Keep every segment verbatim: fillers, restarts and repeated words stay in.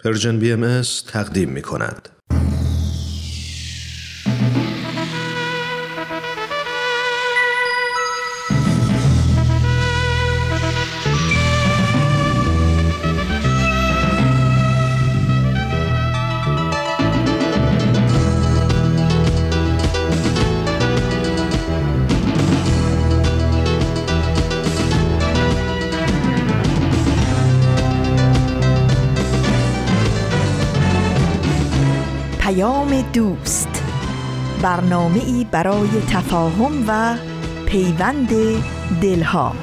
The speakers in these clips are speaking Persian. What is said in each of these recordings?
پرژن بی ام اس تقدیم می کند. دوست، برنامه‌ای برای تفاهم و پیوند دلها.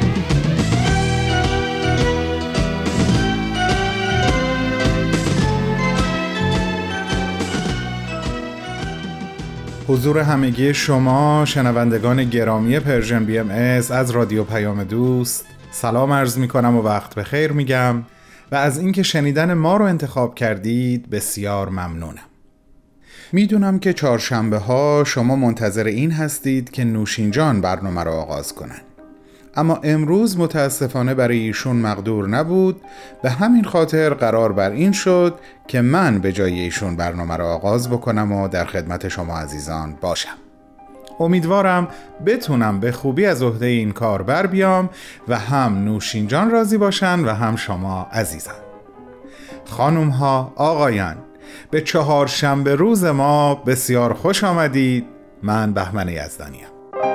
حضور همگی شما شنوندگان گرامی پرژن بی ام اس از رادیو پیام دوست سلام عرض می کنم و وقت بخیر میگم و از اینکه شنیدن ما رو انتخاب کردید بسیار ممنونم. میدونم که چهارشنبه ها شما منتظر این هستید که نوشین جان برنامه رو آغاز کنن، اما امروز متاسفانه برای ایشون مقدور نبود، به همین خاطر قرار بر این شد که من به جای ایشون برنامه رو آغاز بکنم و در خدمت شما عزیزان باشم. امیدوارم بتونم به خوبی از عهده این کار بر بیام و هم نوشین جان راضی باشن و هم شما عزیزان. خانم ها، آقایان، به چهارشنبه روز ما بسیار خوش آمدید. من بهمن یزدانیم.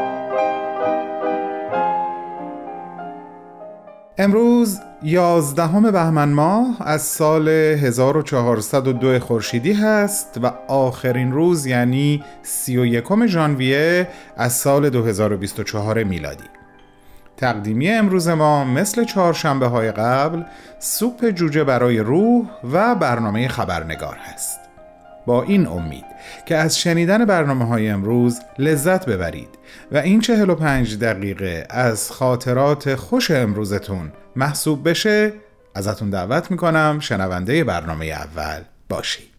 امروز یازدهم بهمن ماه از سال هزار و چهارصد و دو خورشیدی هست و آخرین روز یعنی سی و یکم ژانویه از سال دو هزار و بیست و چهار میلادی. تقدیمی امروز ما مثل چهارشنبه های قبل سوپ جوجه برای روح و برنامه خبرنگار هست. با این امید که از شنیدن برنامه های امروز لذت ببرید و این چهل و پنج دقیقه از خاطرات خوش امروزتون محسوب بشه، ازتون دعوت میکنم شنونده برنامه اول باشید.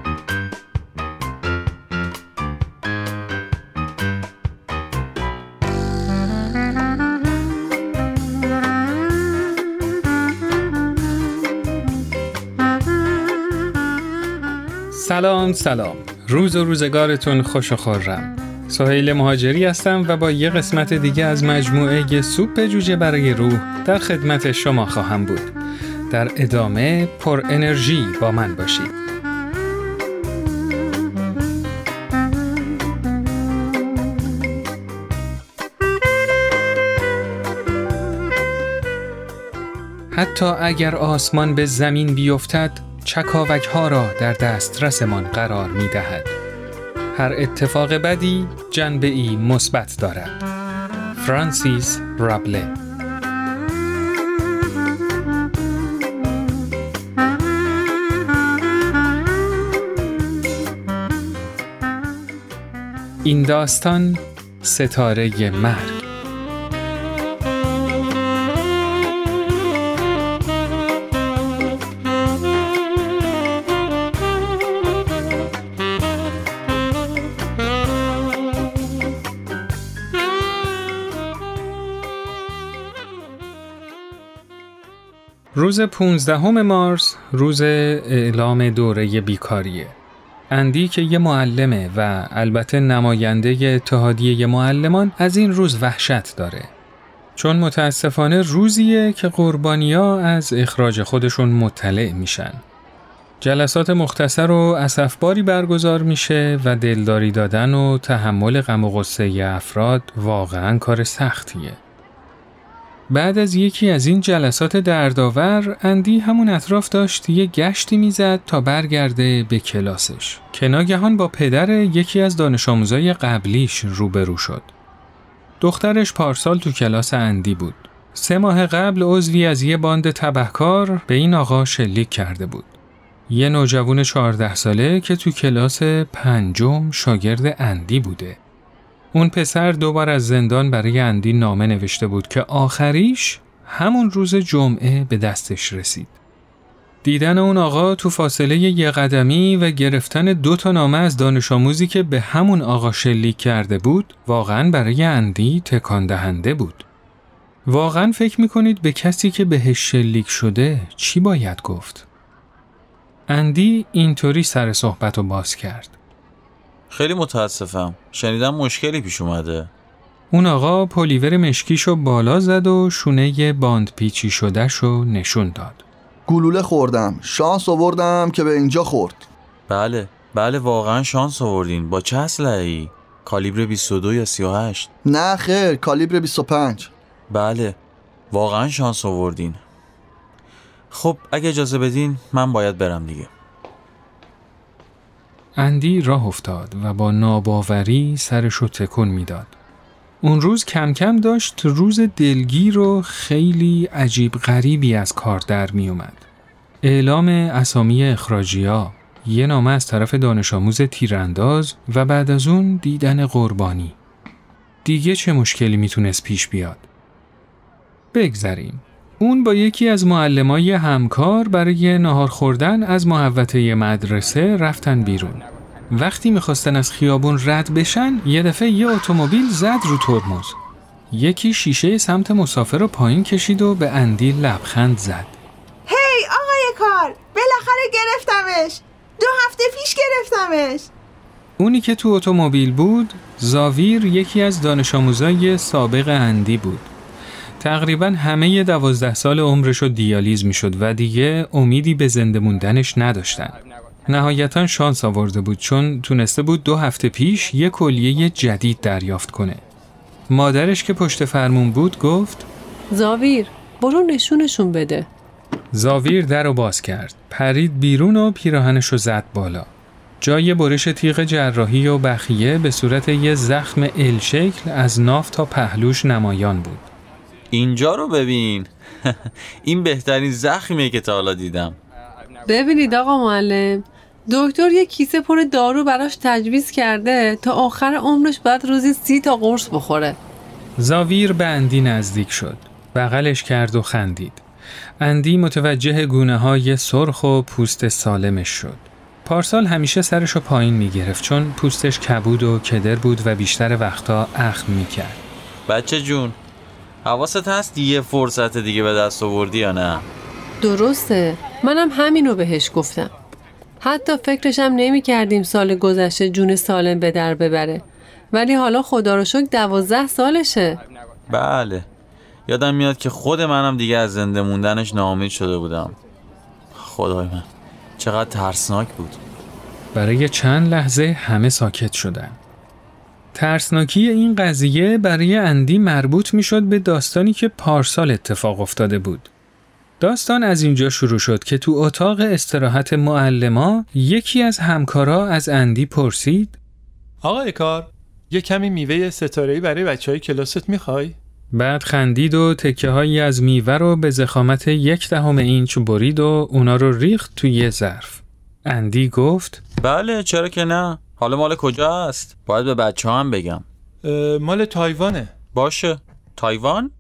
سلام سلام، روز و روزگارتون خوش و خرم. سهیل مهاجری هستم و با یه قسمت دیگه از مجموعه سوپ جوجه برای روح در خدمت شما خواهم بود. در ادامه پر انرژی با من باشید. حتی اگر آسمان به زمین بیفتد، چکاوک ها را در دسترسمان قرار می دهد. هر اتفاق بدی جنبه ای مثبت دارد. فرانسیس رابله. این داستان ستاره مرگ. روز پونزدهم مارس روز اعلام دوره بیکاریه. اندی که یه معلمه و البته نماینده اتحادیه معلمان از این روز وحشت داره. چون متاسفانه روزیه که قربانیا از اخراج خودشون مطلع میشن. جلسات مختصر و اسفباری برگزار میشه و دلداری دادن و تحمل غم و غصه افراد واقعاً کار سختیه. بعد از یکی از این جلسات دردآور، اندی همون اطراف داشت یه گشتی میزد تا برگرده به کلاسش که ناگهان با پدر یکی از دانش آموزای قبلیش روبرو شد. دخترش پارسال تو کلاس اندی بود. سه ماه قبل عضوی از یه باند تبهکار به این آقا شلیک کرده بود. یه نوجوان چهارده ساله که تو کلاس پنجم شاگرد اندی بوده. اون پسر دوبار از زندان برای اندی نامه نوشته بود که آخریش همون روز جمعه به دستش رسید. دیدن اون آقا تو فاصله یه قدمی و گرفتن دو تا نامه از دانش آموزی که به همون آقا شلیک کرده بود واقعاً برای اندی تکان دهنده بود. واقعاً فکر میکنید به کسی که بهش شلیک شده چی باید گفت؟ اندی اینطوری سر صحبت رو باز کرد. خیلی متاسفم. شنیدم مشکلی پیش اومده. اون آقا پلیور مشکیشو بالا زد و شونه باند پیچی شدهشو نشون داد. گلوله خوردم، شانس آوردم که به اینجا خورد. بله، بله واقعا شانس آوردین. با چه اسلحه‌ای؟ کالیبر بیست و دو یا سی و هشت؟ نه خیر، کالیبر بیست و پنج. بله، واقعا شانس آوردین. خب اگه اجازه بدین من باید برم دیگه. اندی راه افتاد و با ناباوری سرشو تکون میداد. اون روز کم کم داشت روز دلگیر و خیلی عجیب غریبی از کار در می اومد. اعلام اسامی اخراجی‌ها، یه نامه از طرف دانش آموز تیرانداز و بعد از اون دیدن قربانی. دیگه چه مشکلی میتونست پیش بیاد؟ بگذریم. اون با یکی از معلمای همکار برای ناهار خوردن از محوطه مدرسه رفتن بیرون. وقتی میخواستن از خیابون رد بشن، یه دفعه یه اتومبیل زد رو ترمز. یکی شیشه سمت مسافر رو پایین کشید و به اندی لبخند زد. هی آقای کار، بالاخره گرفتمش. دو هفته پیش گرفتمش. اونی که تو اتومبیل بود، زاویر، یکی از دانش آموزای سابق اندی بود. تقریباً همه دوازده سال عمرشو دیالیز میشد و دیگه امیدی به زنده موندنش نداشتن. نهایتاً شانس آورده بود چون تونسته بود دو هفته پیش یک کلیه جدید دریافت کنه. مادرش که پشت فرمون بود گفت زاویر برو نشونشون بده. زاویر در رو باز کرد، پرید بیرون و پیراهنشو زد بالا. جای برش تیغ جراحی و بخیه به صورت یه زخم ال شکل از ناف تا پهلوش نمایان بود. اینجا رو ببین. این بهترین زخمیه که تا حالا دیدم. ببینید آقا معلم، دکتر یه کیسه پر دارو براش تجویز کرده تا آخر عمرش باید روزی سی تا قرص بخوره. زاویر به اندی نزدیک شد، بغلش کرد و خندید. اندی متوجه گونه های سرخ و پوست سالمش شد. پارسال همیشه سرشو پایین می گرفت چون پوستش کبود و کدر بود و بیشتر وقتا اخم می کرد. بچه جون، حواست هست یه فرصت دیگه به دست آوردی یا نه؟ درسته، منم همینو بهش گفتم. حتی فکرشم نمی کردیم سال گذشته جون سالم به در ببره، ولی حالا خدا رو شکر دوازده سالشه. بله، یادم میاد که خود منم دیگه از زنده موندنش ناامید شده بودم. خدای من چقدر ترسناک بود. برای چند لحظه همه ساکت شدن. ترسناکی این قضیه برای اندی مربوط میشد به داستانی که پارسال اتفاق افتاده بود. داستان از اینجا شروع شد که تو اتاق استراحت معلما یکی از همکارا از اندی پرسید: آقای کار، یه کمی میوه ستاره‌ای برای بچهای کلاست میخوای؟ بعد خندید و تکه هایی از میوه رو به ضخامت یک دهم اینچ برید و اونا رو ریخت توی یه ظرف. اندی گفت: بله چرا که نه. حالا مال کجا است؟ باید به بچه هم بگم. مال تایوانه. باشه. تایوان؟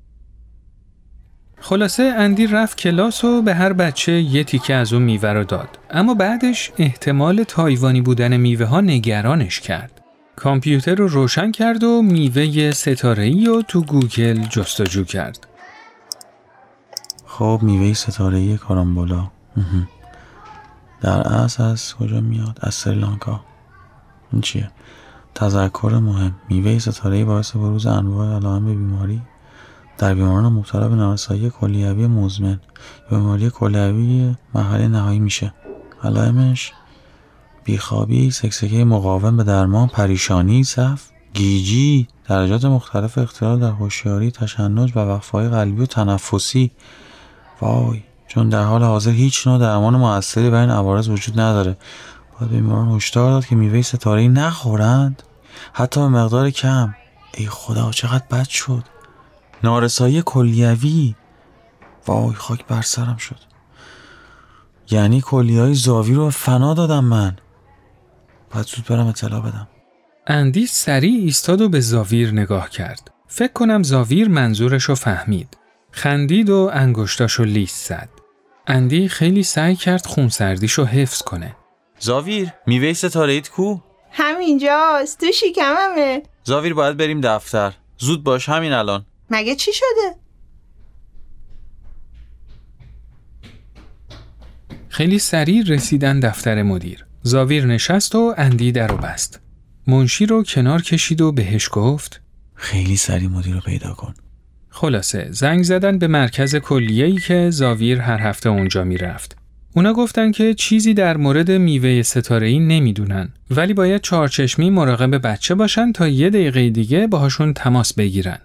خلاصه اندی رفت کلاس و به هر بچه یه تیکه از اون میوه رو داد. اما بعدش احتمال تایوانی بودن میوه ها نگرانش کرد. کامپیوتر رو روشن کرد و میوه ستاره‌ای رو تو گوگل جستجو کرد. خب میوه ستاره‌ای کارامبولا. در اصل از کجا میاد؟ از سریلانکا. این چیه؟ تذکر مهم: میوه ستاره‌ای باعث بروز انواع علائم بیماری در بیماران مبتلا به نارسایی کلیوی مزمن یا بیماری کلیوی مرحله نهایی میشه. علائمش بیخوابی، سکسکه مقاوم به درمان، پریشانی، صف، گیجی، درجات مختلف اختلال در هوشیاری، تشنج و وقفه‌های قلبی و تنفسی. وای، چون در حال حاضر هیچ نوع درمان موثری برای این عوارض وجود نداره. باید بیماران هشدار داد که میوه ستاره‌ای نخورند، حتی به مقدار کم. ای خدا چقدر بد شد. نارسایی کلیوی. وای خاک بر سرم شد. یعنی کلیه‌های زاویر رو فنا دادم من. باید زود برم اطلاع بدم. اندی سریع ایستاد و به زاویر نگاه کرد. فکر کنم زاویر منظورشو فهمید. خندید و انگشتاشو لیست زد. اندی خیلی سعی کرد خونسردیشو حفظ کنه. زاویر، میوه ستاره‌ایت کو؟ همینجاست، تو شکممه. زاویر باید بریم دفتر. زود باش، همین الان. مگه چی شده؟ خیلی سریع رسیدن دفتر مدیر. زاویر نشست و اندی در رو بست. منشی رو کنار کشید و بهش گفت خیلی سریع مدیر رو پیدا کن. خلاصه زنگ زدن به مرکز کلیه‌ای که زاویر هر هفته اونجا میرفت. اونا گفتن که چیزی در مورد میوه ستاره‌ای نمیدونن، ولی باید چهارچشمی مراقب بچه باشن تا یه دقیقه دیگه باهاشون تماس بگیرن.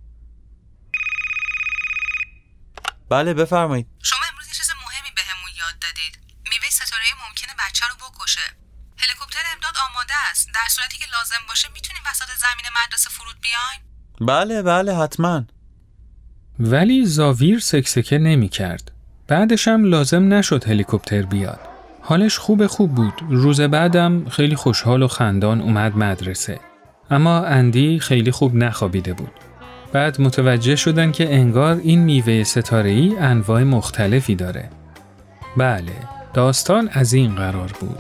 بله بفرمایید. شما امروز یه چیز مهمی بهمون یاد دادید. میوه ستاره‌ای ممکنه بچه رو بکشه. هلیکوپتر امداد آماده است. در صورتی که لازم باشه میتونیم وسط زمین مدرسه فرود بیاین؟ بله بله حتما. ولی زاویر سکسکه نمی کرد. بعدش هم لازم نشد هلیکوپتر بیاد. حالش خوب خوب بود. روز بعدم خیلی خوشحال و خندان اومد مدرسه. اما اندی خیلی خوب نخوابیده بود. بعد متوجه شدن که انگار این میوه ستاره‌ای انواع مختلفی داره. بله، داستان از این قرار بود.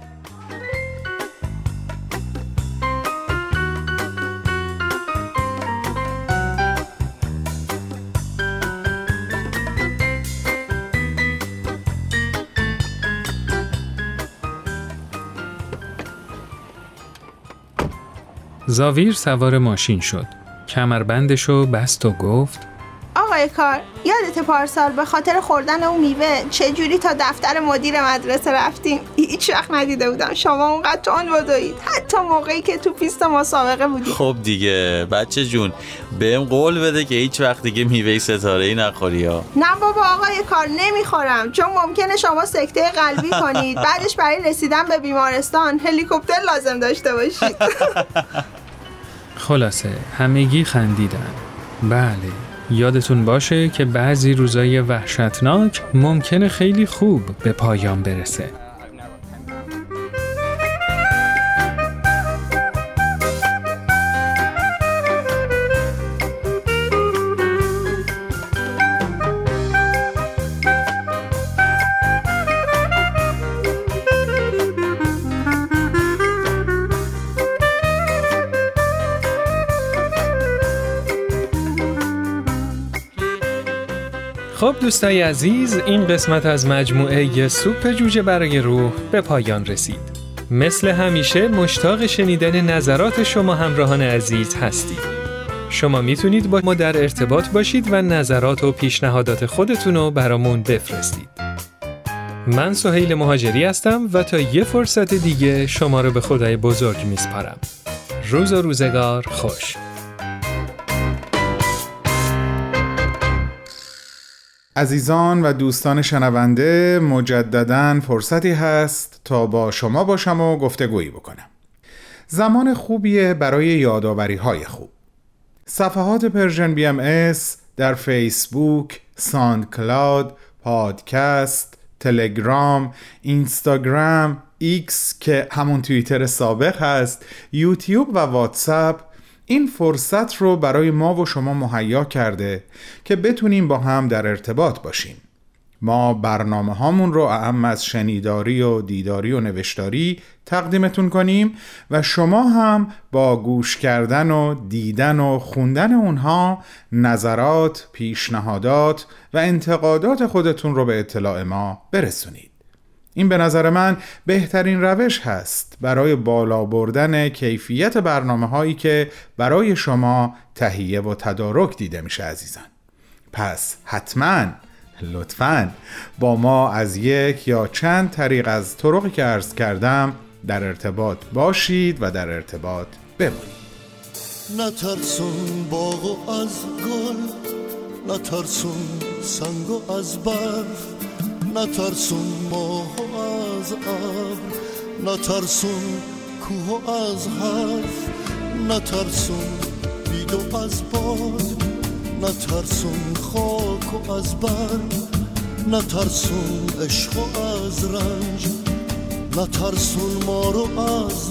زاویر سوار ماشین شد. کمربندشو بست و گفت آقای کار، یادت پارسال به خاطر خوردن اون میوه چجوری تا دفتر مدیر مدرسه رفتیم؟ هیچ وقت ندیده بودم شما اونقدر تند بدوید، حتی موقعی که تو پیست مسابقه بودیم. خب دیگه بچه جون، بهم قول بده که هیچ وقت دیگه میوه ستاره‌ای نخوری ها. نه بابا آقای کار، نمیخورم، چون ممکنه شما سکته قلبی کنید، بعدش برای رسیدن به بیمارستان هلیکوپتر لازم داشته باشید. خلاصه همگی خندیدن. بله، یادتون باشه که بعضی روزای وحشتناک ممکنه خیلی خوب به پایان برسه. خب دوستای عزیز، این قسمت از مجموعه سوپ جوجه برای روح به پایان رسید. مثل همیشه مشتاق شنیدن نظرات شما همراهان عزیز هستید. شما میتونید با ما در ارتباط باشید و نظرات و پیشنهادات خودتون رو برامون بفرستید. من سهیل مهاجری هستم و تا یه فرصت دیگه شما رو به خدای بزرگ میسپارم. روز و روزگار خوش. عزیزان و دوستان شنونده، مجدداً فرصتی هست تا با شما باشم و گفتگویی بکنم. زمان خوبیه برای یادآوری های خوب. صفحات پرژن بی ام اس در فیسبوک، ساند کلاود، پادکست، تلگرام، اینستاگرام، ایکس که همون توییتر سابق هست، یوتیوب و واتساپ این فرصت رو برای ما و شما مهیا کرده که بتونیم با هم در ارتباط باشیم. ما برنامه هامون رو اهم از شنیداری و دیداری و نوشتاری تقدیمتون کنیم و شما هم با گوش کردن و دیدن و خوندن اونها نظرات، پیشنهادات و انتقادات خودتون رو به اطلاع ما برسونید. این به نظر من بهترین روش هست برای بالا بردن کیفیت برنامه هایی که برای شما تهیه و تدارک دیده میشه عزیزان. پس حتما لطفاً با ما از یک یا چند طریق از طرقی که عرض کردم در ارتباط باشید و در ارتباط بمونید. نترسون باغ از گل، نترسون سنگ از برف، نترسون ماه از ابر، نترسون کوه از حرف، نترسون بید از باد، نترسون خاک و از برگ، نترسون عشق و از رنج، نترسون ما رو از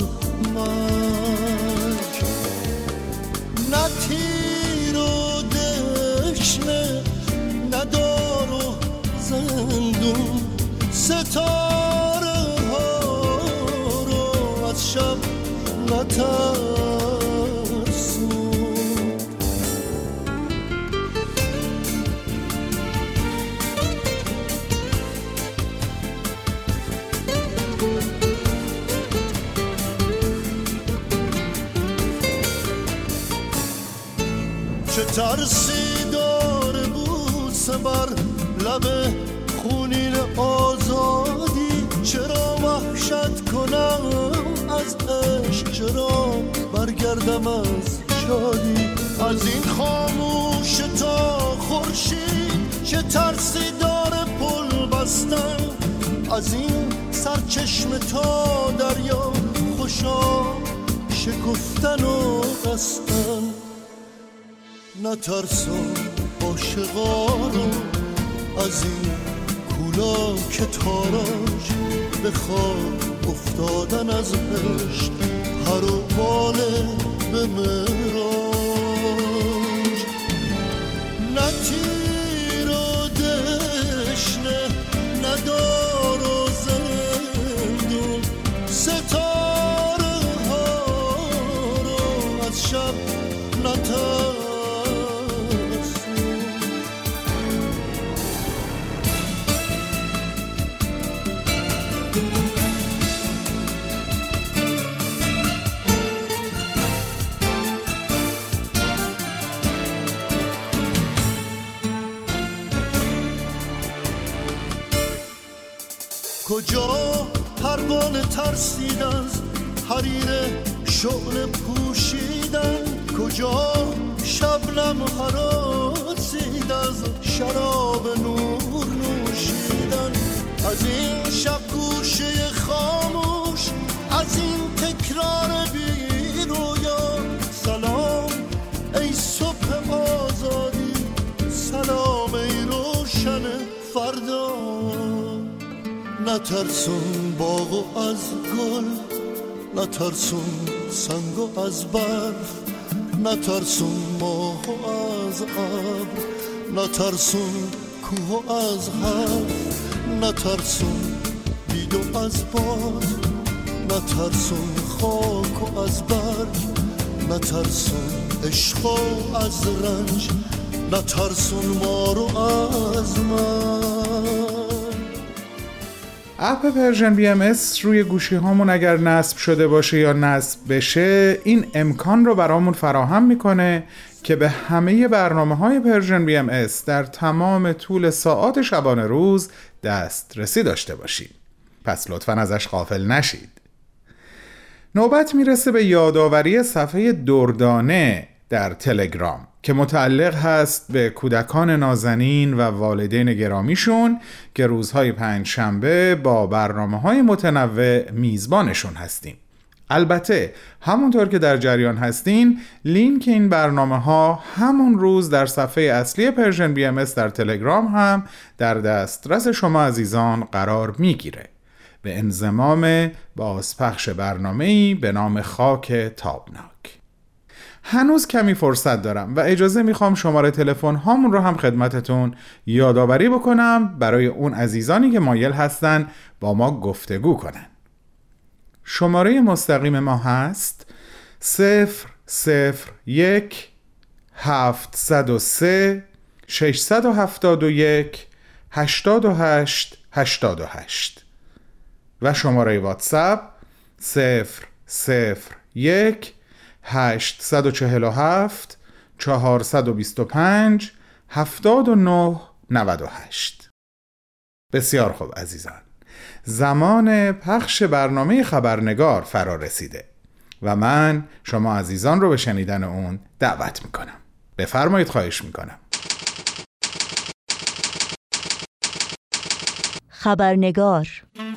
مرگ. نه تیر و دشنه، نه دار و زندون، ستاره ها رو از شب نترسون. ترسی داره بوسه بر لب خونین آزادی. چرا وحشت کنم از عشق، چرا برگردم از شادی؟ از این خاموش تا خورشید چه ترسی داره پل بستن، از این سرچشمه تا دریا خوشا شکفتن و قصدن. نترسم عاشقا رو از این کولا که تاراج، به خواب افتادن از عشق هر و باله به مراج. نه تیر و دشنه نه دار و زندون، ستاره ها رو از شب نترسون. کجا پروانه ترسید از حریر شعله پوشیدن، کجا شبنم هراسید از شراب نور نوشیدن. از این شب گوشه خاموش، از این تکرار بی رویا، سلام ای صبح آزادی، سلام ای روشن فردا. نترسون باغ از گل، نترسون سنگ از برف، نترسون ماه از ابر، نترسون کوه از حرف، نترسون بید از باد، نترسون خاک از برگ، نترسون عشق از رنج، نترسون ما رو از من. اپ پرژن بی ام اس روی گوشی هامون اگر نصب شده باشه یا نصب بشه، این امکان رو برامون فراهم میکنه که به همه برنامه های پرژن بی ام اس در تمام طول ساعات شبانه روز دسترسی داشته باشید. پس لطفاً ازش غافل نشید. نوبت میرسه به یادآوری صفحه دردانه در تلگرام که متعلق هست به کودکان نازنین و والدین گرامیشون که روزهای پنج شنبه با برنامه‌های متنوع میزبانشون هستیم. البته همونطور که در جریان هستین، لینک این برنامه‌ها همون روز در صفحه اصلی پرژن بی ام اس در تلگرام هم در دسترس شما عزیزان قرار میگیره به انضمام بازپخش برنامه‌ای به نام خاک تابناک. هنوز کمی فرصت دارم و اجازه میخوام شماره تلفن هامون رو هم خدمتتون یادآوری بکنم برای اون عزیزانی که مایل هستن با ما گفتگو کنن. شماره مستقیم ما هست صفر صفر یک هفتصد و سه ششصد و هفتاد و یک هشتاد و هشت هشتاد و هشت و شماره واتساپ صفر صفر یک هشتصد و چهل و هفت چهارصد و بیست و پنج هفتاد و نه نود و هشت. بسیار خوب عزیزان، زمان پخش برنامه خبرنگار فرا رسیده و من شما عزیزان رو به شنیدن اون دعوت میکنم. بفرمایید، خواهش میکنم. خبرنگار.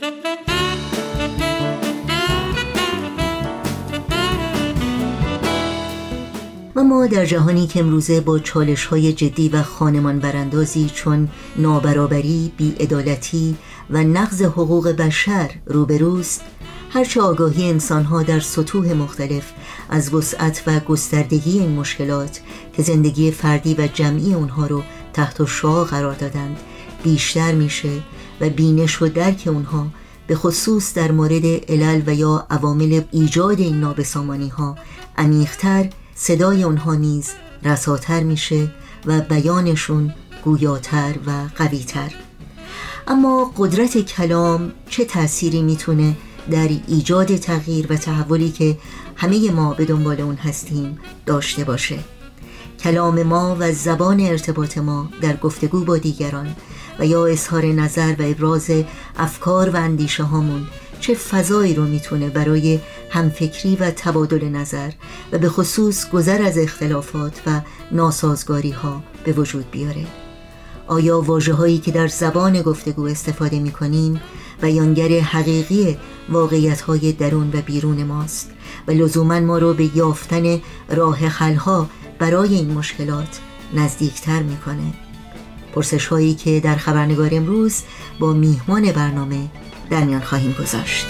اما در جهانی که امروزه با چالش‌های جدی و خانمان براندازی چون نابرابری، بی‌عدالتی و نقض حقوق بشر روبروست، هرچه آگاهی انسان‌ها در سطوح مختلف از وسعت و گستردگی این مشکلات که زندگی فردی و جمعی اونها رو تحت شعاع قرار دادند بیشتر میشه و بینش و درک اونها به خصوص در مورد علل و یا عوامل ایجاد این نابسامانی‌ها عمیق‌تر، صدای اونها نیز رساتر میشه و بیانشون گویاتر و قویتر. اما قدرت کلام چه تأثیری میتونه در ایجاد تغییر و تحولی که همه ما به دنبال اون هستیم داشته باشه؟ کلام ما و زبان ارتباط ما در گفتگو با دیگران و یا اظهار نظر و ابراز افکار و اندیشه هامون چه فضایی رو میتونه برای همفکری و تبادل نظر و به خصوص گذر از اختلافات و ناسازگاری ها به وجود بیاره. آیا واژه هایی که در زبان گفتگو استفاده می کنیم بیانگر حقیقی واقعیت های درون و بیرون ماست و لزوما ما رو به یافتن راه حل ها برای این مشکلات نزدیکتر می کنه؟ پرسش هایی که در خبرنگار امروز با میهمان برنامه در میان خواهیم گذاشت.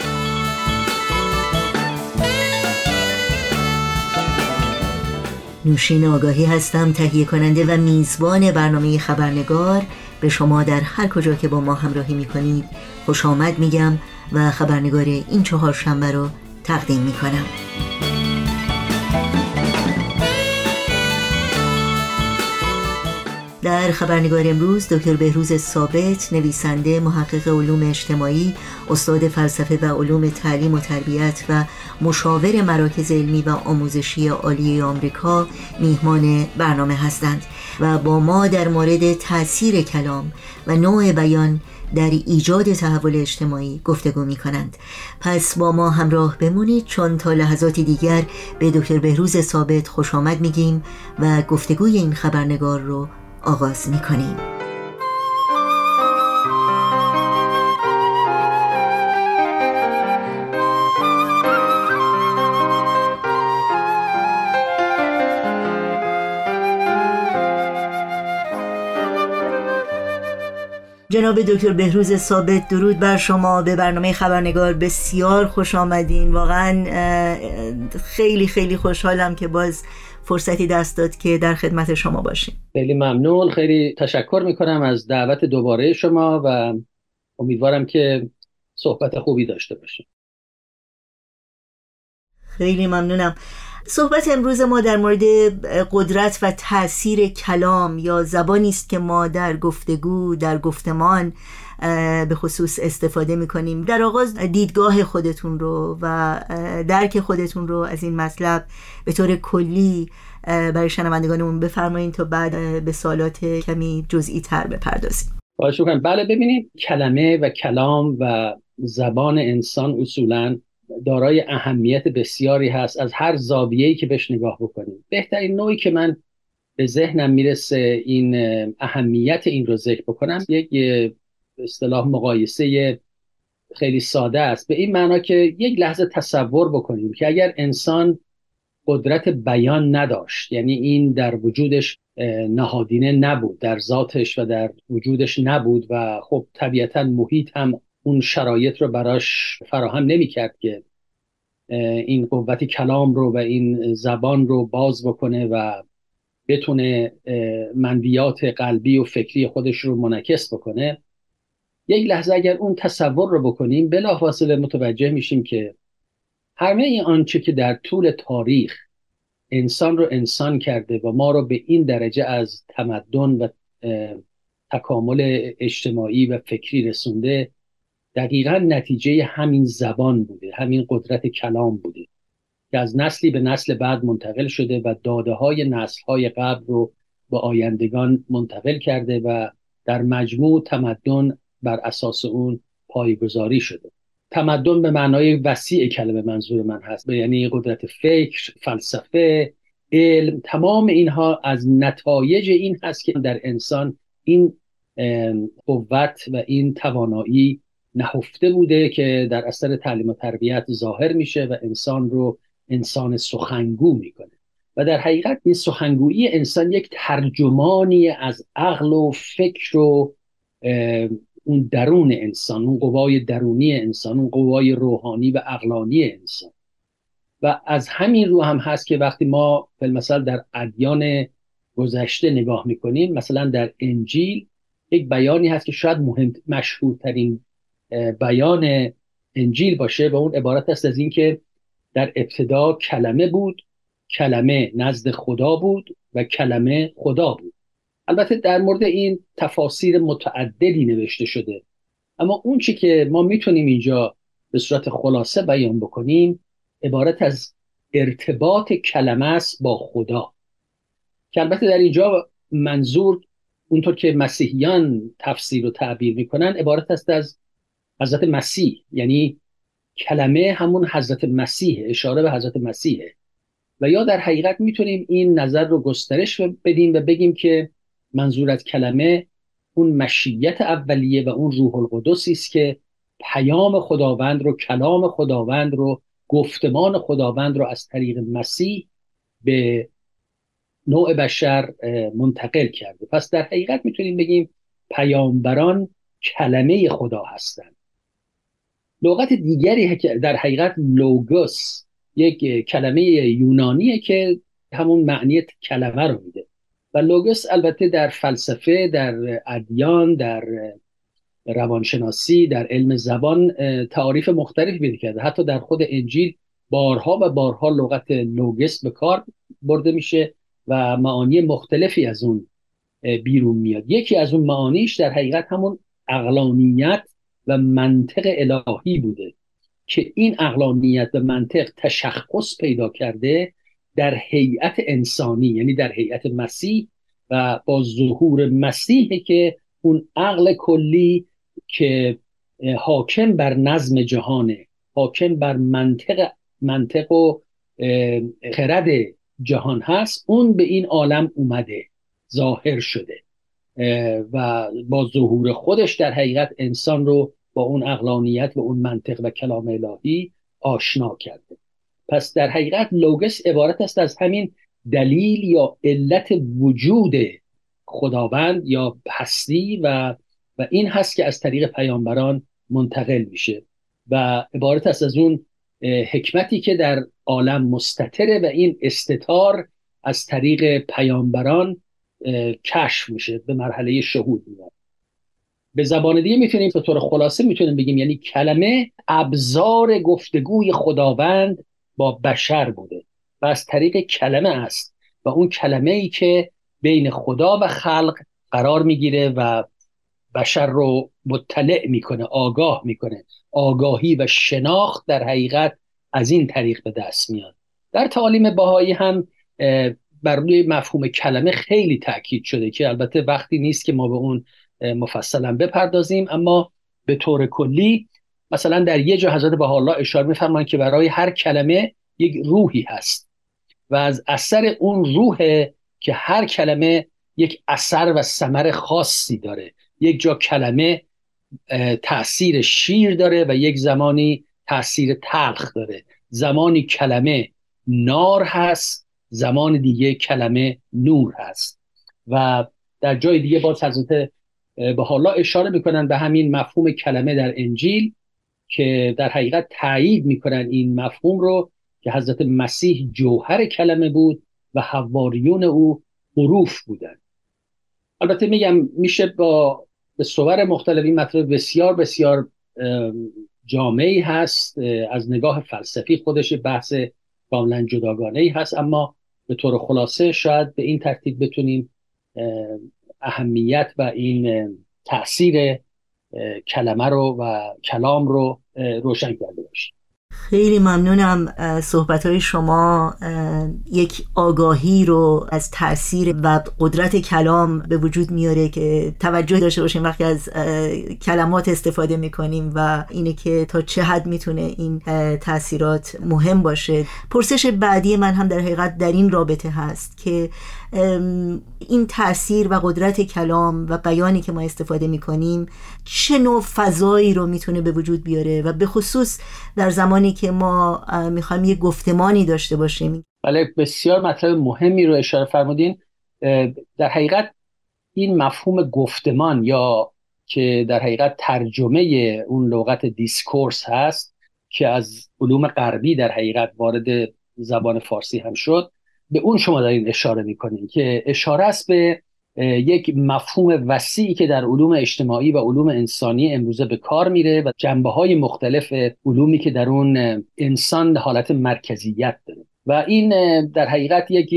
نوشین آگاهی هستم، تهیه کننده و میزبان برنامه خبرنگار. به شما در هر کجا که با ما همراهی میکنید خوش آمد میگم و خبرنگار این چهارشنبه رو تقدیم میکنم. در خبرنگار امروز دکتر بهروز ثابت، نویسنده، محقق علوم اجتماعی، استاد فلسفه و علوم تعلیم و تربیت و مشاور مراکز علمی و آموزشی عالی آمریکا میهمان برنامه هستند و با ما در مورد تأثیر کلام و نوع بیان در ایجاد تحول اجتماعی گفتگو می کنند. پس با ما همراه بمونید چون تا لحظاتی دیگر به دکتر بهروز ثابت خوش آمد میگیم و گفتگوی این خبرنگار رو آغاز می کنیم. جناب دکتر بهروز ثابت، درود بر شما. به برنامه خبرنگار بسیار خوش آمدین. واقعا خیلی خیلی خوشحالم که باز فرصتی دست داد که در خدمت شما باشیم. خیلی ممنون، خیلی تشکر میکنم از دعوت دوباره شما و امیدوارم که صحبت خوبی داشته باشیم. خیلی ممنونم. صحبت امروز ما در مورد قدرت و تأثیر کلام یا زبانی است که ما در گفتگو، در گفتمان به خصوص استفاده می‌کنیم. در آغاز دیدگاه خودتون رو و درک خودتون رو از این مطلب به طور کلی برای شنوندگانمون بفرمایید تا بعد به سوالات کمی جزئی تر بپردازیم. خواهش می‌کنم. بله، ببینید کلمه و کلام و زبان انسان اصولاً دارای اهمیت بسیاری هست از هر زاویه‌ای که بهش نگاه بکنیم. بهترین نوعی که من به ذهنم میرسه این اهمیت این رو ذکر بکنم، یک اصطلاح مقایسه خیلی ساده است، به این معنا که یک لحظه تصور بکنیم که اگر انسان قدرت بیان نداشت، یعنی این در وجودش نهادینه نبود، در ذاتش و در وجودش نبود و خب طبیعتاً محیط هم اون شرایط رو براش فراهم نمی کرد که این قوت کلام رو و این زبان رو باز بکنه و بتونه منویات قلبی و فکری خودش رو منعکس بکنه. یک لحظه اگر اون تصور رو بکنیم بلافاصله متوجه میشیم که همه این آنچه که در طول تاریخ انسان رو انسان کرده و ما رو به این درجه از تمدن و تکامل اجتماعی و فکری رسونده دقیقاً نتیجه همین زبان بوده، همین قدرت کلام بوده که از نسلی به نسل بعد منتقل شده و داده های نسل های قبل رو به آیندگان منتقل کرده و در مجموع تمدن بر اساس اون پایه‌گذاری شده. تمدن به معنای وسیع کلمه منظور من هست، یعنی قدرت فکر، فلسفه، علم، تمام اینها از نتایج این هست که در انسان این قوت و این توانایی نهفته بوده که در اثر تعلیم و تربیت ظاهر میشه و انسان رو انسان سخنگو میکنه. و در حقیقت این سخنگویی انسان یک ترجمانی از عقل و فکر و اون درون انسان، اون قوای درونی انسان، اون قوای روحانی و عقلانی انسان. و از همین رو هم هست که وقتی ما مثلا در ادیان گذشته نگاه میکنیم، مثلا در انجیل یک بیانی هست که شاید مهم مشهورترین بیان انجیل باشه و اون عبارت است از این که در ابتدا کلمه بود، کلمه نزد خدا بود و کلمه خدا بود. البته در مورد این تفاسیر متعددی نوشته شده، اما اون چی که ما میتونیم اینجا به صورت خلاصه بیان بکنیم عبارت از ارتباط کلمه است با خدا. که البته در اینجا منظور اونطور که مسیحیان تفسیر و تعبیر میکنن عبارت است از حضرت مسیح، یعنی کلمه همون حضرت مسیح، اشاره به حضرت مسیحه. و یا در حقیقت میتونیم این نظر رو گسترش بدیم و بگیم که منظور از کلمه اون مشیت اولیه و اون روح القدسی است که پیام خداوند رو، کلام خداوند رو، گفتمان خداوند رو از طریق مسیح به نوع بشر منتقل کرده. پس در حقیقت میتونیم بگیم پیامبران کلمه خدا هستند. لغت دیگری که در حقیقت لوگوس یک کلمه یونانیه که همون معنی کلمه رو میده و لوگوس البته در فلسفه، در ادیان، در روانشناسی، در علم زبان تعاریف مختلفی پیدا کرده. حتی در خود انجیل بارها و بارها لغت لوگوس به کار برده میشه و معانی مختلفی از اون بیرون میاد. یکی از اون معانیش در حقیقت همون عقلانیت و منطق الهی بوده که این عقلانیت و منطق تشخص پیدا کرده در هیئت انسانی، یعنی در هیئت مسیح، و با ظهور مسیح که اون عقل کلی که حاکم بر نظم جهانه، حاکم بر منطق منطق و خرد جهان هست، اون به این عالم اومده، ظاهر شده و با ظهور خودش در حقیقت انسان رو با اون عقلانیت و اون منطق و کلام الهی آشنا کرده. پس در حقیقت لوگوس عبارت است از همین دلیل یا علت وجود خداوند یا هستی و و این هست که از طریق پیامبران منتقل میشه و عبارت است از اون حکمتی که در عالم مستتره و این استتار از طریق پیامبران کشف میشه، به مرحله شهود میاد. به زبان دیگه میتونیم به طور خلاصه میتونیم بگیم یعنی کلمه ابزار گفتگوی خداوند با بشر بوده و از طریق کلمه است و اون کلمه ای که بین خدا و خلق قرار میگیره و بشر رو مطلع میکنه، آگاه میکنه. آگاهی و شناخت در حقیقت از این طریق به دست میاد. در تعالیم بهایی هم بر روی مفهوم کلمه خیلی تاکید شده که البته وقتی نیست که ما به اون مفصلا بپردازیم، اما به طور کلی مثلا در یه جا حضرت بهاءالله اشاره می‌فرمایند که برای هر کلمه یک روحی هست و از اثر اون روحه که هر کلمه یک اثر و ثمر خاصی داره. یک جا کلمه تأثیر شیر داره و یک زمانی تأثیر تلخ داره. زمانی کلمه نار هست، زمان دیگه کلمه نور هست. و در جای دیگه باز حضرت بهاءالله اشاره میکنن به همین مفهوم کلمه در انجیل که در حقیقت تایید میکنن این مفهوم رو که حضرت مسیح جوهر کلمه بود و حواریون او حروف بودن. البته میگم میشه با به صور مختلف این مطلب بسیار بسیار جامعی هست، از نگاه فلسفی خودش بحث کاملا جداگانه‌ای هست، اما به طور خلاصه شاید به این ترتیب بتونیم اهمیت و این تأثیر کلمه رو و کلام رو روشن کرده باشیم. خیلی ممنونم. صحبت‌های شما یک آگاهی رو از تأثیر و قدرت کلام به وجود میاره که توجه داشته باشیم وقتی از کلمات استفاده میکنیم و اینه که تا چه حد میتونه این تأثیرات مهم باشه. پرسش بعدی من هم در حقیقت در این رابطه هست که این تأثیر و قدرت کلام و بیانی که ما استفاده میکنیم چه نوع فضایی رو میتونه به وجود بیاره و به خصوص در زمانی که ما میخوایم یه گفتمانی داشته باشیم. بله، بسیار مطلب مهمی رو اشاره فرمودین. در حقیقت این مفهوم گفتمان یا که در حقیقت ترجمه اون لغت دیسکورس هست که از علوم غربی در حقیقت وارد زبان فارسی هم شد، به اون شما دارین اشاره میکنین که اشاره است به یک مفهوم وسیعی که در علوم اجتماعی و علوم انسانی امروزه به کار میره و جنبه‌های مختلف علومی که در اون انسان حالت مرکزیت داره و این در حقیقت یک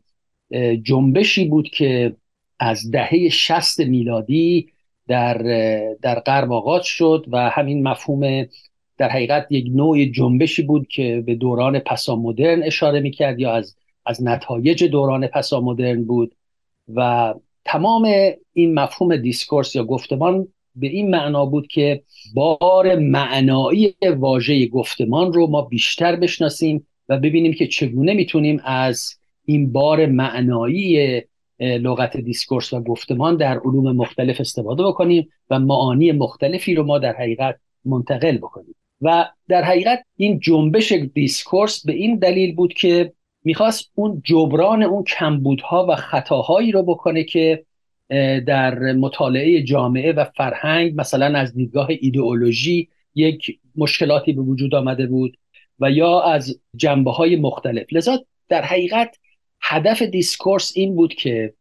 جنبشی بود که از دهه شصت میلادی در در غرب آغاز شد و همین مفهوم در حقیقت یک نوع جنبشی بود که به دوران پسامدرن اشاره میکرد یا از از نتایج دوران پسامدرن بود و تمام این مفهوم دیسکورس یا گفتمان به این معنا بود که بار معنایی واژه گفتمان رو ما بیشتر بشناسیم و ببینیم که چگونه میتونیم از این بار معنایی لغت دیسکورس و گفتمان در علوم مختلف استفاده بکنیم و معانی مختلفی رو ما در حقیقت منتقل بکنیم. و در حقیقت این جنبش دیسکورس به این دلیل بود که میخواست اون جبران اون کمبودها و خطاهایی رو بکنه که در مطالعه جامعه و فرهنگ مثلا از دیدگاه ایدئولوژی یک مشکلاتی به وجود آمده بود و یا از جنبه‌های مختلف. لذا در حقیقت هدف دیسکورس این بود که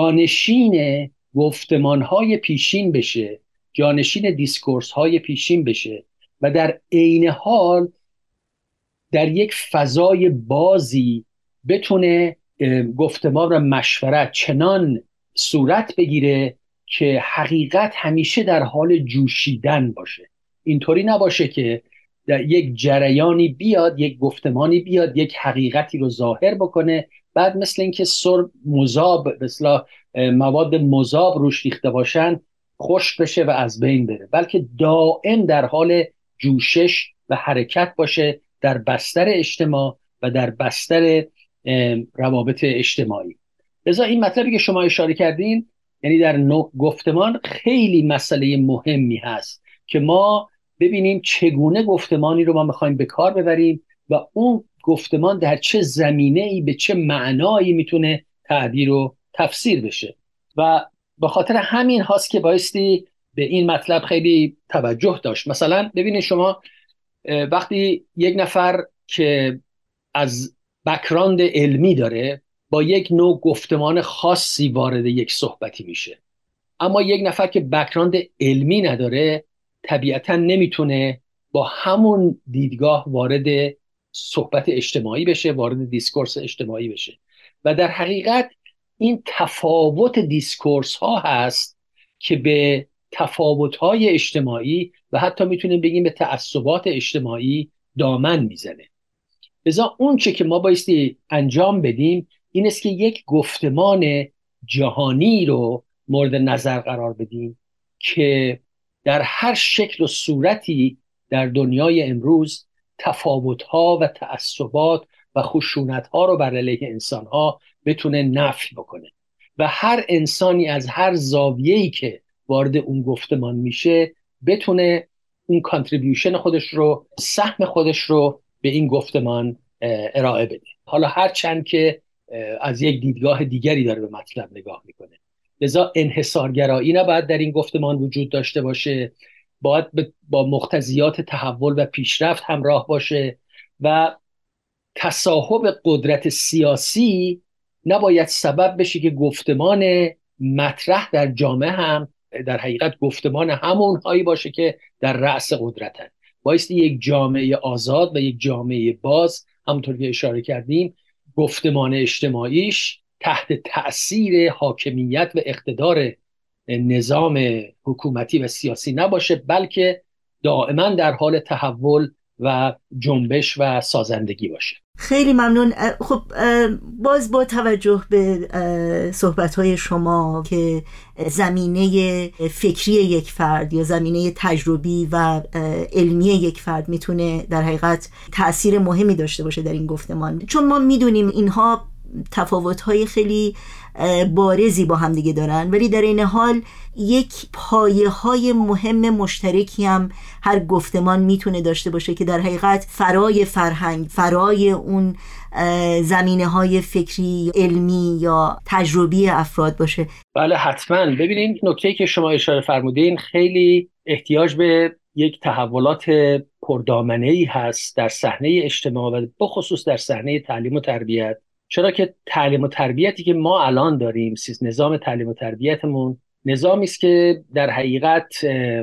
جانشین گفتمان‌های پیشین بشه، جانشین دیسکورس‌های پیشین بشه و در عین حال در یک فضای بازی بتونه گفتمان و مشورت چنان صورت بگیره که حقیقت همیشه در حال جوشیدن باشه. اینطوری نباشه که در یک جریانی بیاد، یک گفتمانی بیاد، یک حقیقتی رو ظاهر بکنه، بعد مثل اینکه سرب مذاب، مثلا مواد مذاب روش ریخته باشن، خشک بشه و از بین بره، بلکه دائم در حال جوشش و حرکت باشه در بستر اجتماع و در بستر روابط اجتماعی. لذا این مطلبی که شما اشاره کردین، یعنی در نوع گفتمان خیلی مسئله مهمی هست که ما ببینیم چگونه گفتمانی رو ما میخوایم به کار ببریم و اون گفتمان در چه زمینه‌ای به چه معنایی میتونه تعبیر و تفسیر بشه. و به خاطر همین هاست که بایستی به این مطلب خیلی توجه داشت. مثلا ببینید شما وقتی یک نفر که از بک‌گراند علمی داره با یک نوع گفتمان خاصی وارد یک صحبتی میشه، اما یک نفر که بک‌گراند علمی نداره طبیعتا نمیتونه با همون دیدگاه وارد صحبت اجتماعی بشه، وارد دیسکورس اجتماعی بشه. و در حقیقت این تفاوت دیسکورس ها هست که به تفاوت های اجتماعی و حتی میتونیم بگیم به تعصبات اجتماعی دامن میزنه. لذا اون چه که ما بایستی انجام بدیم این است که یک گفتمان جهانی رو مورد نظر قرار بدیم که در هر شکل و صورتی در دنیای امروز تفاوت‌ها و تعصبات و خشونت‌ها رو بر علیه انسان‌ها بتونه نفی بکنه و هر انسانی از هر زاویه‌ای که وارد اون گفتمان میشه بتونه اون کانتریبیوشن خودش رو، سهم خودش رو به این گفتمان ارائه بده، حالا هر چند که از یک دیدگاه دیگری داره به مطلب نگاه میکنه. لذا انحصارگرایی نباید در این گفتمان وجود داشته باشه، باید با مقتضیات تحول و پیشرفت همراه باشه و تصاحب قدرت سیاسی نباید سبب بشه که گفتمان مطرح در جامعه هم در حقیقت گفتمان همون هایی باشه که در رأس قدرتن. بایستی یک جامعه آزاد و یک جامعه باز، همونطور که اشاره کردیم، گفتمان اجتماعیش تحت تأثیر حاکمیت و اقتدار نظام حکومتی و سیاسی نباشه، بلکه دائما در حال تحول و جنبش و سازندگی باشه. خیلی ممنون. خب باز با توجه به صحبت‌های شما که زمینه فکری یک فرد یا زمینه تجربی و علمی یک فرد میتونه در حقیقت تأثیر مهمی داشته باشه در این گفتمان، چون ما میدونیم اینها تفاوت‌های خیلی بارزی با هم دیگه دارن، ولی در این حال یک پایه‌های مهم مشترکی هم هر گفتمان میتونه داشته باشه که در حقیقت فرای فرهنگ، فرای اون زمینه‌های فکری، علمی یا تجربی افراد باشه. بله حتما. ببینید نکته‌ای که شما اشاره فرمودین خیلی احتیاج به یک تحولات پردامنه‌ای هست در صحنه اجتماع و بخصوص در صحنه تعلیم و تربیت، چرا که تعلیم و تربیتی که ما الان داریم، نظام تعلیم و تربیتمون نظامی است که در حقیقت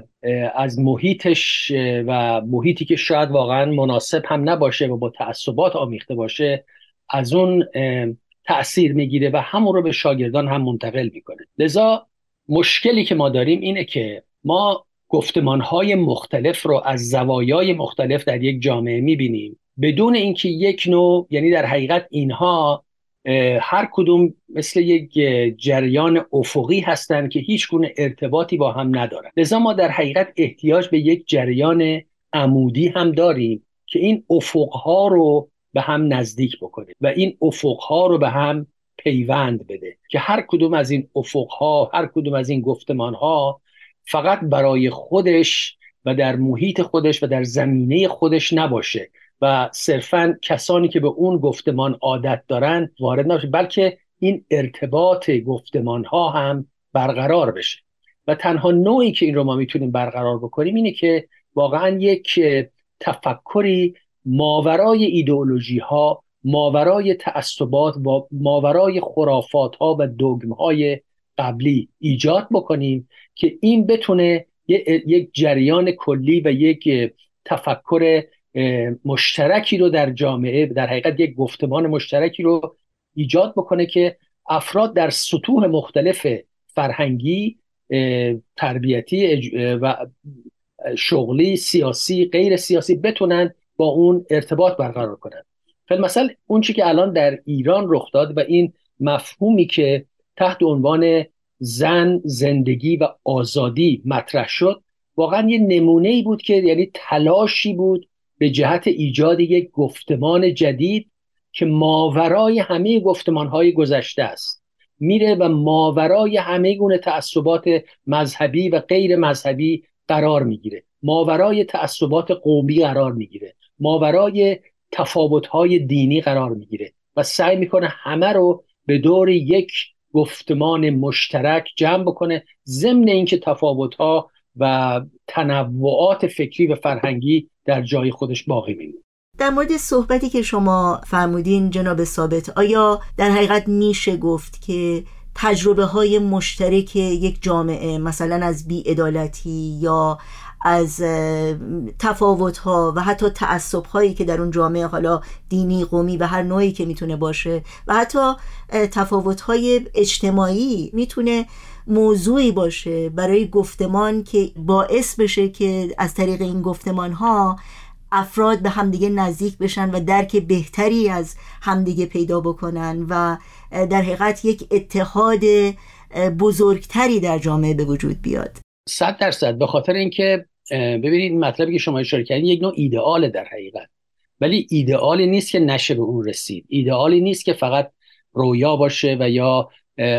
از محیطش و محیطی که شاید واقعا مناسب هم نباشه و با تعصبات آمیخته باشه از اون تأثیر میگیره و همون رو به شاگردان هم منتقل میکنه. لذا مشکلی که ما داریم اینه که ما گفتمانهای مختلف رو از زوایای مختلف در یک جامعه میبینیم بدون اینکه یک نوع، یعنی در حقیقت اینها هر کدوم مثل یک جریان افقی هستند که هیچ گونه ارتباطی با هم ندارن. لذا ما در حقیقت احتیاج به یک جریان عمودی هم داریم که این افقها رو به هم نزدیک بکنه و این افقها رو به هم پیوند بده که هر کدوم از این افقها، هر کدوم از این گفتمانها فقط برای خودش و در محیط خودش و در زمینه خودش نباشه و صرفاً کسانی که به اون گفتمان عادت دارن وارد نباشه، بلکه این ارتباط گفتمانها هم برقرار بشه. و تنها نوعی که این رو ما میتونیم برقرار بکنیم اینه که واقعاً یک تفکری ماورای ایدئولوژی ها، ماورای تعصبات و ماورای خرافات ها و دوگم های قبلی ایجاد بکنیم که این بتونه یک جریان کلی و یک تفکر مشترکی رو در جامعه، در حقیقت یک گفتمان مشترکی رو ایجاد بکنه که افراد در سطوح مختلف فرهنگی، تربیتی و شغلی، سیاسی، غیر سیاسی بتونن با اون ارتباط برقرار کنن. مثلا اون چی که الان در ایران رخ داد و این مفهومی که تحت عنوان زن، زندگی و آزادی مطرح شد واقعا یه نمونه‌ای بود که یعنی تلاشی بود به جهت ایجاد یک گفتمان جدید که ماورای همه گفتمان‌های گذشته است، میره و ماورای همه گونه تعصبات مذهبی و غیر مذهبی قرار میگیره، ماورای تعصبات قومی قرار میگیره، ماورای تفاوت‌های دینی قرار میگیره و سعی میکنه همه رو به دور یک گفتمان مشترک جمع بکنه، ضمن اینکه تفاوت‌ها و تنوعات فکری و فرهنگی در جای خودش باقی میمونه. در مورد صحبتی که شما فرمودین جناب ثابت، آیا در حقیقت میشه گفت که تجربه های مشترک یک جامعه، مثلا از بی‌عدالتی یا از تفاوت‌ها و حتی تعصب‌هایی که در اون جامعه، حالا دینی، قومی و هر نوعی که میتونه باشه، و حتی تفاوت‌های اجتماعی میتونه موضوعی باشه برای گفتمان که باعث بشه که از طریق این گفتمان‌ها افراد به همدیگه نزدیک بشن و درک بهتری از همدیگه پیدا بکنن و در حقیقت یک اتحاد بزرگتری در جامعه به وجود بیاد. صد درصد. به خاطر اینکه ببینید مطلبی که شما اشاره کردین یک نوع ایدئاله در حقیقت، ولی ایدئالی نیست که نشه به اون رسید، ایدئالی نیست که فقط رویا باشه و یا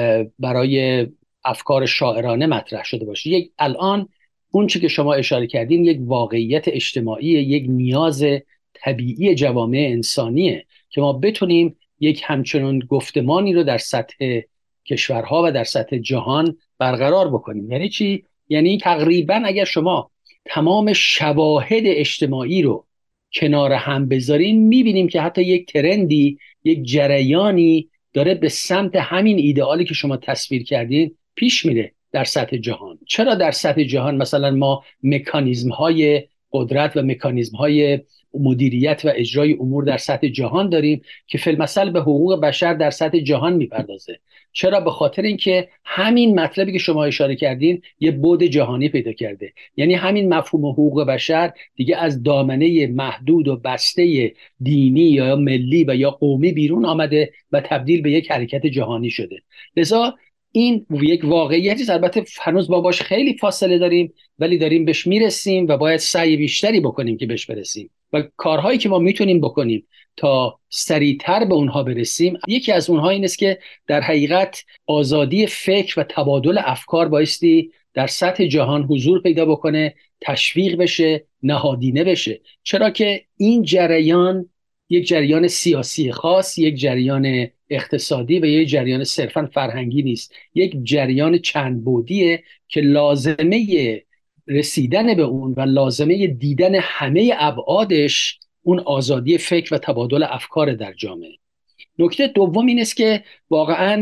برای افکار شاعرانه مطرح شده باشه. یک الان اون چی که شما اشاره کردین یک واقعیت اجتماعی، یک نیاز طبیعی جوامع انسانیه که ما بتونیم یک همچنان گفتمانی رو در سطح کشورها و در سطح جهان برقرار بکنیم. یعنی چی؟ یعنی تقریبا اگر شما تمام شواهد اجتماعی رو کنار هم بذارین میبینیم که حتی یک ترندی، یک جریانی داره به سمت همین ایدئالی که شما تصویر کردین پیش میره در سطح جهان. چرا در سطح جهان مثلا ما مکانیزم های قدرت و مکانیزم های مدیریت و اجرای امور در سطح جهان داریم که فی المثل به حقوق بشر در سطح جهان میپردازه؟ چرا؟ به خاطر اینکه همین مطلبی که شما اشاره کردین یه بعد جهانی پیدا کرده. یعنی همین مفهوم حقوق بشر دیگه از دامنه محدود و بسته دینی یا ملی و یا قومی بیرون آمده و تبدیل به یک حرکت جهانی شده. لذا این یک واقعیتی است. البته هنوز ما باش خیلی فاصله داریم، ولی داریم بهش میرسیم و باید سعی بیشتری بکنیم که بهش برسیم. و کارهایی که ما میتونیم بکنیم تا سریعتر به اونها برسیم، یکی از اونها این است که در حقیقت آزادی فکر و تبادل افکار بایستی در سطح جهان حضور پیدا بکنه، تشویق بشه، نهادینه بشه. چرا که این جریان یک جریان سیاسی خاص، یک جریان اقتصادی و یک جریان صرفاً فرهنگی نیست، یک جریان چند بعدیه که لازمه رسیدن به اون و لازمه دیدن همه ابعادش اون آزادی فکر و تبادل افکار در جامعه. نکته دوم این است که واقعاً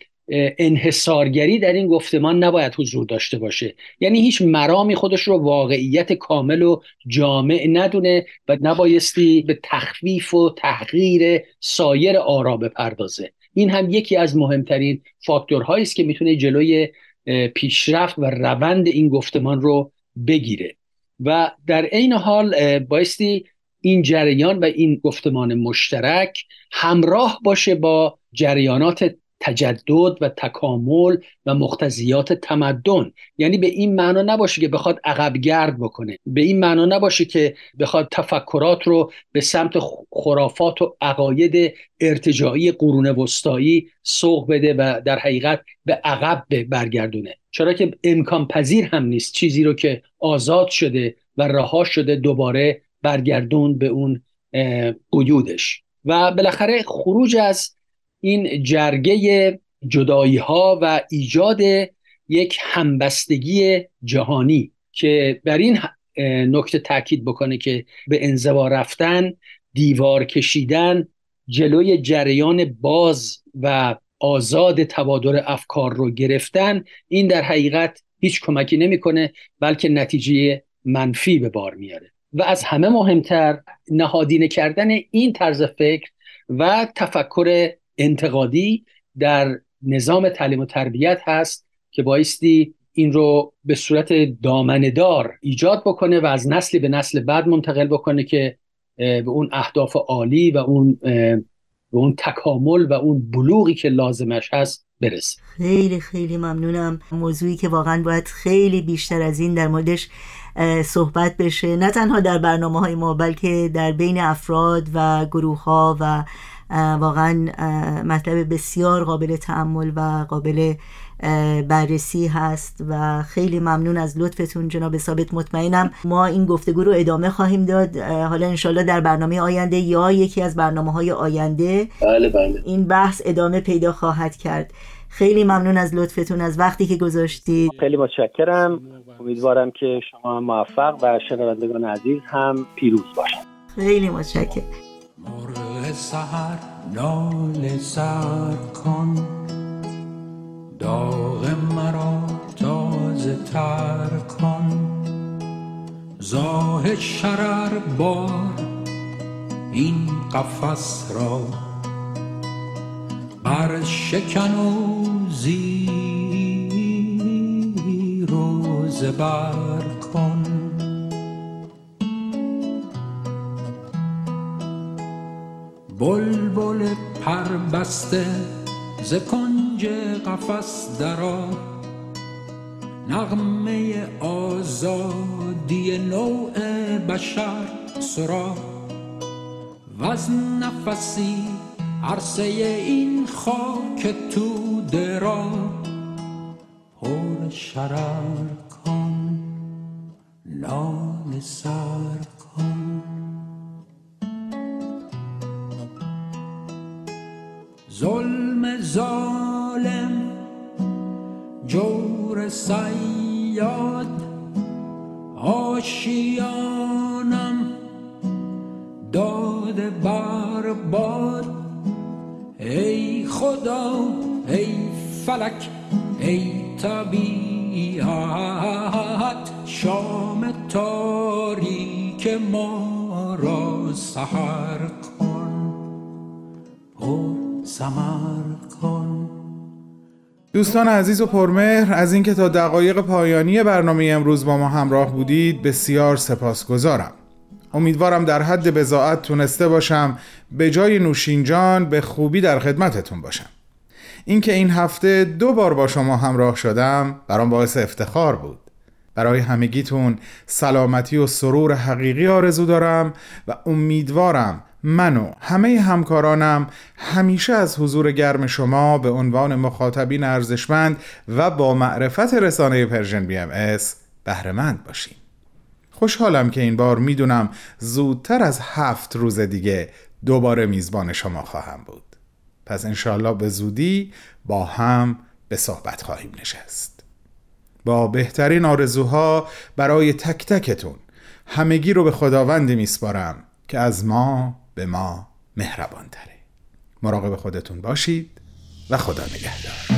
انحصارگری در این گفتمان نباید حضور داشته باشه. یعنی هیچ مرامی خودش رو واقعیت کامل و جامع ندونه و نبایستی به تخفیف و تحقیر سایر آرا بپردازه. این هم یکی از مهمترین فاکتورهایی است که میتونه جلوی پیشرفت و روند این گفتمان رو بگیره. و در عین حال بایستی این جریان و این گفتمان مشترک همراه باشه با جریانات تجدد و تکامل و مقتضیات تمدن. یعنی به این معنا نباشه که بخواد عقب گرد بکنه، به این معنا نباشه که بخواد تفکرات رو به سمت خرافات و عقاید ارتجاعی قرون وسطایی سوق بده و در حقیقت به عقب برگردونه، چرا که امکان پذیر هم نیست چیزی رو که آزاد شده و رها شده دوباره برگردون به اون قیودش. و بالاخره خروج از این جرگه جدایی ها و ایجاد یک همبستگی جهانی که بر این نکته تاکید بکنه که به انزوا رفتن، دیوار کشیدن، جلوی جریان باز و آزاد تبادل افکار رو گرفتن، این در حقیقت هیچ کمکی نمیکنه بلکه نتیجه منفی به بار میاره. و از همه مهمتر نهادینه کردن این طرز فکر و تفکر انتقادی در نظام تعلیم و تربیت هست که بایستی این رو به صورت دامنه‌دار ایجاد بکنه و از نسلی به نسل بعد منتقل بکنه که به اون اهداف عالی و اون به اون تکامل و اون بلوغی که لازمش هست برسه. خیلی خیلی ممنونم. موضوعی که واقعا باید خیلی بیشتر از این در موردش صحبت بشه، نه تنها در برنامه‌های ما بلکه در بین افراد و گروه‌ها، و واقعا مطلب بسیار قابل تأمل و قابل بررسی هست و خیلی ممنون از لطفتون جناب ثابت. مطمئنم ما این گفتگو رو ادامه خواهیم داد، حالا انشالله در برنامه آینده یا یکی از برنامه‌های آینده بله بله. این بحث ادامه پیدا خواهد کرد. خیلی ممنون از لطفتون، از وقتی که گذاشتید. خیلی متشکرم. امیدوارم که شما موفق و شنوندگان عزیز هم پیروز باشند. خیلی متشکرم. مرغ سحر ناله سر کن، داغ مرا تازه تر کن، زاه شرر بار این قفس را، بر شکن و زیر و زبر کن. بلبل پر بسته ز کنج قفس درآ، نغمه آزادی نوع بشر سرا، وز نفسی عرصه این خاک توده را پر شرر کن، ناله سر کن. ظلم ظالم جور صیاد، آشیانم داده بر باد. ای خدا ای فلک ای طبیعت، شام تاریک ما را سحر کن، پر سمر کن. دوستان عزیز و پرمهر، از اینکه تا دقایق پایانی برنامه امروز با ما همراه بودید بسیار سپاسگزارم. امیدوارم در حد بضاعت تونسته باشم به جای نوشین جان به خوبی در خدمتتون باشم. اینکه این هفته دو بار با شما همراه شدم برام باعث افتخار بود. برای همگیتون سلامتی و سرور حقیقی آرزو دارم و امیدوارم من و همه همکارانم همیشه از حضور گرم شما به عنوان مخاطبین ارزشمند و با معرفت رسانه پرژن بی ام اس بهره مند باشیم. خوشحالم که این بار میدونم زودتر از هفت روز دیگه دوباره میزبان شما خواهم بود. پس انشالله به زودی با هم به صحبت خواهیم نشست. با بهترین آرزوها برای تک تکتون همگی رو به خداوندی میسپارم که از ما به ما مهربان تره. مراقب خودتون باشید و خدا نگهدار.